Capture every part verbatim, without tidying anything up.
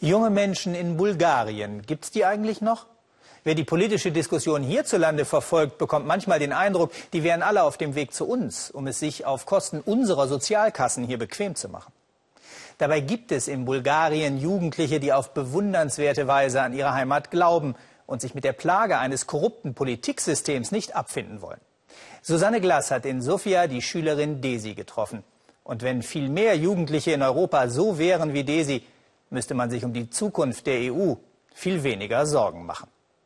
Junge Menschen in Bulgarien, gibt es die eigentlich noch? Wer die politische Diskussion hierzulande verfolgt, bekommt manchmal den Eindruck, die wären alle auf dem Weg zu uns, um es sich auf Kosten unserer Sozialkassen hier bequem zu machen. Dabei gibt es in Bulgarien Jugendliche, die auf bewundernswerte Weise an ihre Heimat glauben und sich mit der Plage eines korrupten Politiksystems nicht abfinden wollen. Susanne Glass hat in Sofia die Schülerin Desi getroffen. Und wenn viel mehr Jugendliche in Europa so wären wie Desi, müsste man sich um die Zukunft der E U viel weniger Sorgen machen.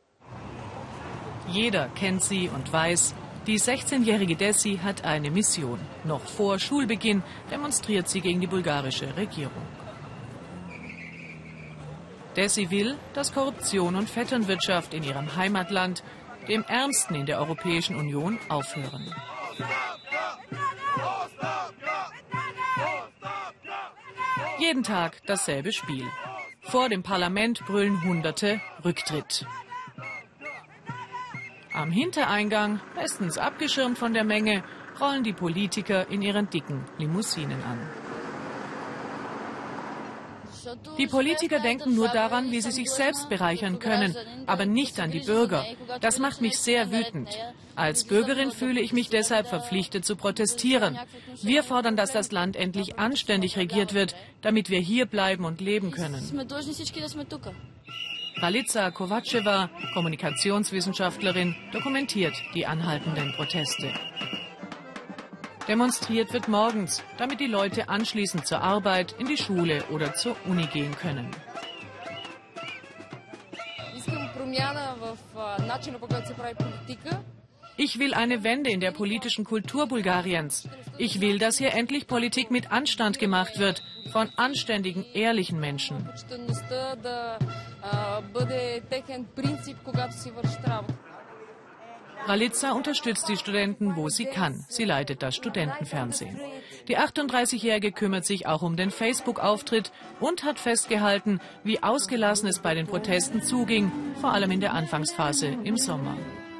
Jeder kennt sie und weiß, die sechzehnjährige Desi hat eine Mission. Noch vor Schulbeginn demonstriert sie gegen die bulgarische Regierung. Desi will, dass Korruption und Vetternwirtschaft in ihrem Heimatland, dem ärmsten in der Europäischen Union, aufhören. Jeden Tag dasselbe Spiel. Vor dem Parlament brüllen Hunderte Rücktritt. Am Hintereingang, bestens abgeschirmt von der Menge, rollen die Politiker in ihren dicken Limousinen an. Die Politiker denken nur daran, wie sie sich selbst bereichern können, aber nicht an die Bürger. Das macht mich sehr wütend. Als Bürgerin fühle ich mich deshalb verpflichtet zu protestieren. Wir fordern, dass das Land endlich anständig regiert wird, damit wir hier bleiben und leben können. Ralica Kovačeva, Kommunikationswissenschaftlerin, dokumentiert die anhaltenden Proteste. Demonstriert wird morgens, damit die Leute anschließend zur Arbeit, in die Schule oder zur Uni gehen können. Ich will eine Wende in der politischen Kultur Bulgariens. Ich will, dass hier endlich Politik mit Anstand gemacht wird, von anständigen, ehrlichen Menschen. Ralica unterstützt die Studenten, wo sie kann. Sie leitet das Studentenfernsehen. Die achtunddreißigjährige kümmert sich auch um den Facebook-Auftritt und hat festgehalten, wie ausgelassen es bei den Protesten zuging, vor allem in der Anfangsphase im Sommer.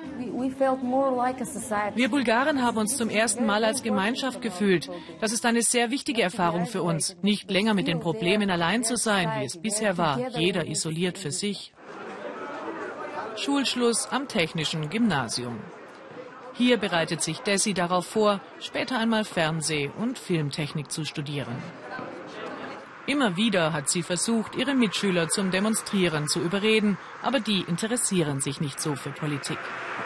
Wir Bulgaren haben uns zum ersten Mal als Gemeinschaft gefühlt. Das ist eine sehr wichtige Erfahrung für uns, nicht länger mit den Problemen allein zu sein, wie es bisher war, jeder isoliert für sich. Schulschluss am Technischen Gymnasium. Hier bereitet sich Desi darauf vor, später einmal Fernseh- und Filmtechnik zu studieren. Immer wieder hat sie versucht, ihre Mitschüler zum Demonstrieren zu überreden, aber die interessieren sich nicht so für Politik.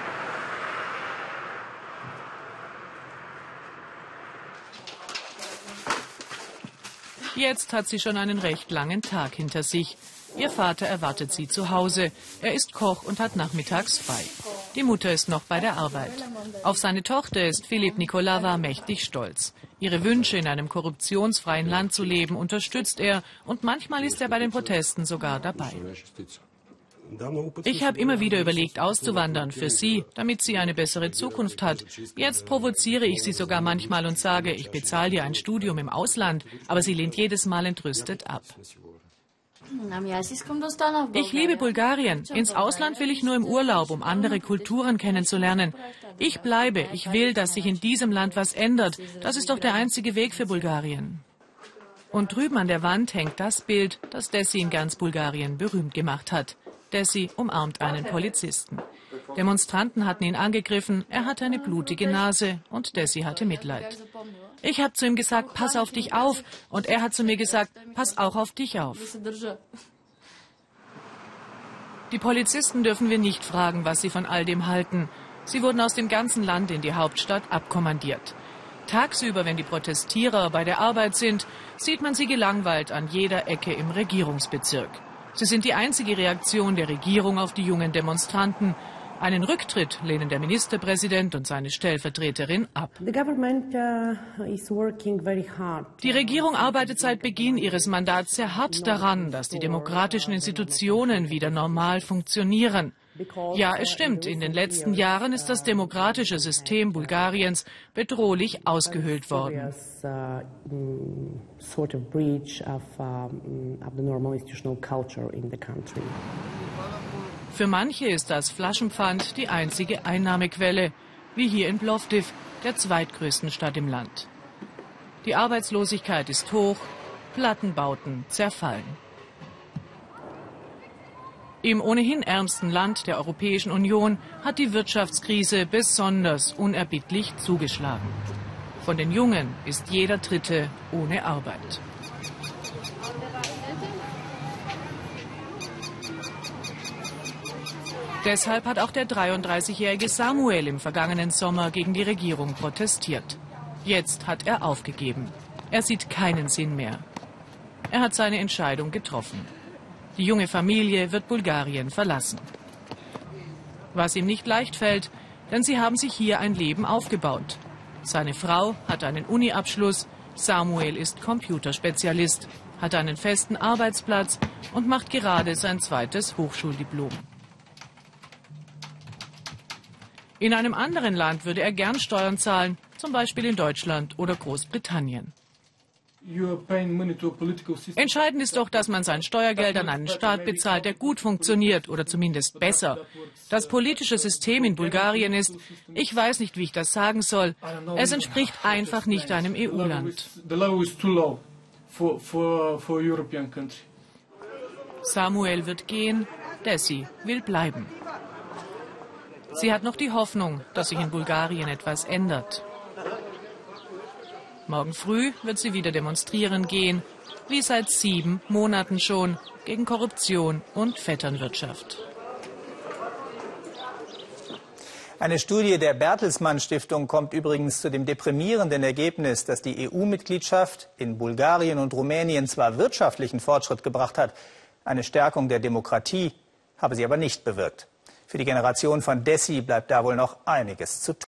Jetzt hat sie schon einen recht langen Tag hinter sich. Ihr Vater erwartet sie zu Hause. Er ist Koch und hat nachmittags frei. Die Mutter ist noch bei der Arbeit. Auf seine Tochter ist Filip Nikolava mächtig stolz. Ihre Wünsche, in einem korruptionsfreien Land zu leben, unterstützt er. Und manchmal ist er bei den Protesten sogar dabei. Ich habe immer wieder überlegt, auszuwandern für sie, damit sie eine bessere Zukunft hat. Jetzt provoziere ich sie sogar manchmal und sage, ich bezahle dir ein Studium im Ausland. Aber sie lehnt jedes Mal entrüstet ab. Ich liebe Bulgarien. Ins Ausland will ich nur im Urlaub, um andere Kulturen kennenzulernen. Ich bleibe. Ich will, dass sich in diesem Land was ändert. Das ist doch der einzige Weg für Bulgarien. Und drüben an der Wand hängt das Bild, das Desi in ganz Bulgarien berühmt gemacht hat. Desi umarmt einen Polizisten. Demonstranten hatten ihn angegriffen, er hatte eine blutige Nase und Desi hatte Mitleid. Ich habe zu ihm gesagt, pass auf dich auf, und er hat zu mir gesagt, pass auch auf dich auf. Die Polizisten dürfen wir nicht fragen, was sie von all dem halten. Sie wurden aus dem ganzen Land in die Hauptstadt abkommandiert. Tagsüber, wenn die Protestierer bei der Arbeit sind, sieht man sie gelangweilt an jeder Ecke im Regierungsbezirk. Sie sind die einzige Reaktion der Regierung auf die jungen Demonstranten. Einen Rücktritt lehnen der Ministerpräsident und seine Stellvertreterin ab. Die Regierung arbeitet seit Beginn ihres Mandats sehr hart daran, dass die demokratischen Institutionen wieder normal funktionieren. Ja, es stimmt, in den letzten Jahren ist das demokratische System Bulgariens bedrohlich ausgehöhlt worden. Für manche ist das Flaschenpfand die einzige Einnahmequelle, wie hier in Plovdiv, der zweitgrößten Stadt im Land. Die Arbeitslosigkeit ist hoch, Plattenbauten zerfallen. Im ohnehin ärmsten Land der Europäischen Union hat die Wirtschaftskrise besonders unerbittlich zugeschlagen. Von den Jungen ist jeder Dritte ohne Arbeit. Deshalb hat auch der dreiunddreißigjährige Samuel im vergangenen Sommer gegen die Regierung protestiert. Jetzt hat er aufgegeben. Er sieht keinen Sinn mehr. Er hat seine Entscheidung getroffen. Die junge Familie wird Bulgarien verlassen. Was ihm nicht leicht fällt, denn sie haben sich hier ein Leben aufgebaut. Seine Frau hat einen Uni-Abschluss, Samuel ist Computerspezialist, hat einen festen Arbeitsplatz und macht gerade sein zweites Hochschuldiplom. In einem anderen Land würde er gern Steuern zahlen, zum Beispiel in Deutschland oder Großbritannien. Entscheidend ist doch, dass man sein Steuergeld an einen Staat bezahlt, der gut funktioniert oder zumindest besser. Das politische System in Bulgarien ist, ich weiß nicht, wie ich das sagen soll, es entspricht einfach nicht einem E U-Land. Samuel wird gehen, Desi will bleiben. Sie hat noch die Hoffnung, dass sich in Bulgarien etwas ändert. Morgen früh wird sie wieder demonstrieren gehen, wie seit sieben Monaten schon, gegen Korruption und Vetternwirtschaft. Eine Studie der Bertelsmann Stiftung kommt übrigens zu dem deprimierenden Ergebnis, dass die E U-Mitgliedschaft in Bulgarien und Rumänien zwar wirtschaftlichen Fortschritt gebracht hat, eine Stärkung der Demokratie habe sie aber nicht bewirkt. Für die Generation von Desi bleibt da wohl noch einiges zu tun.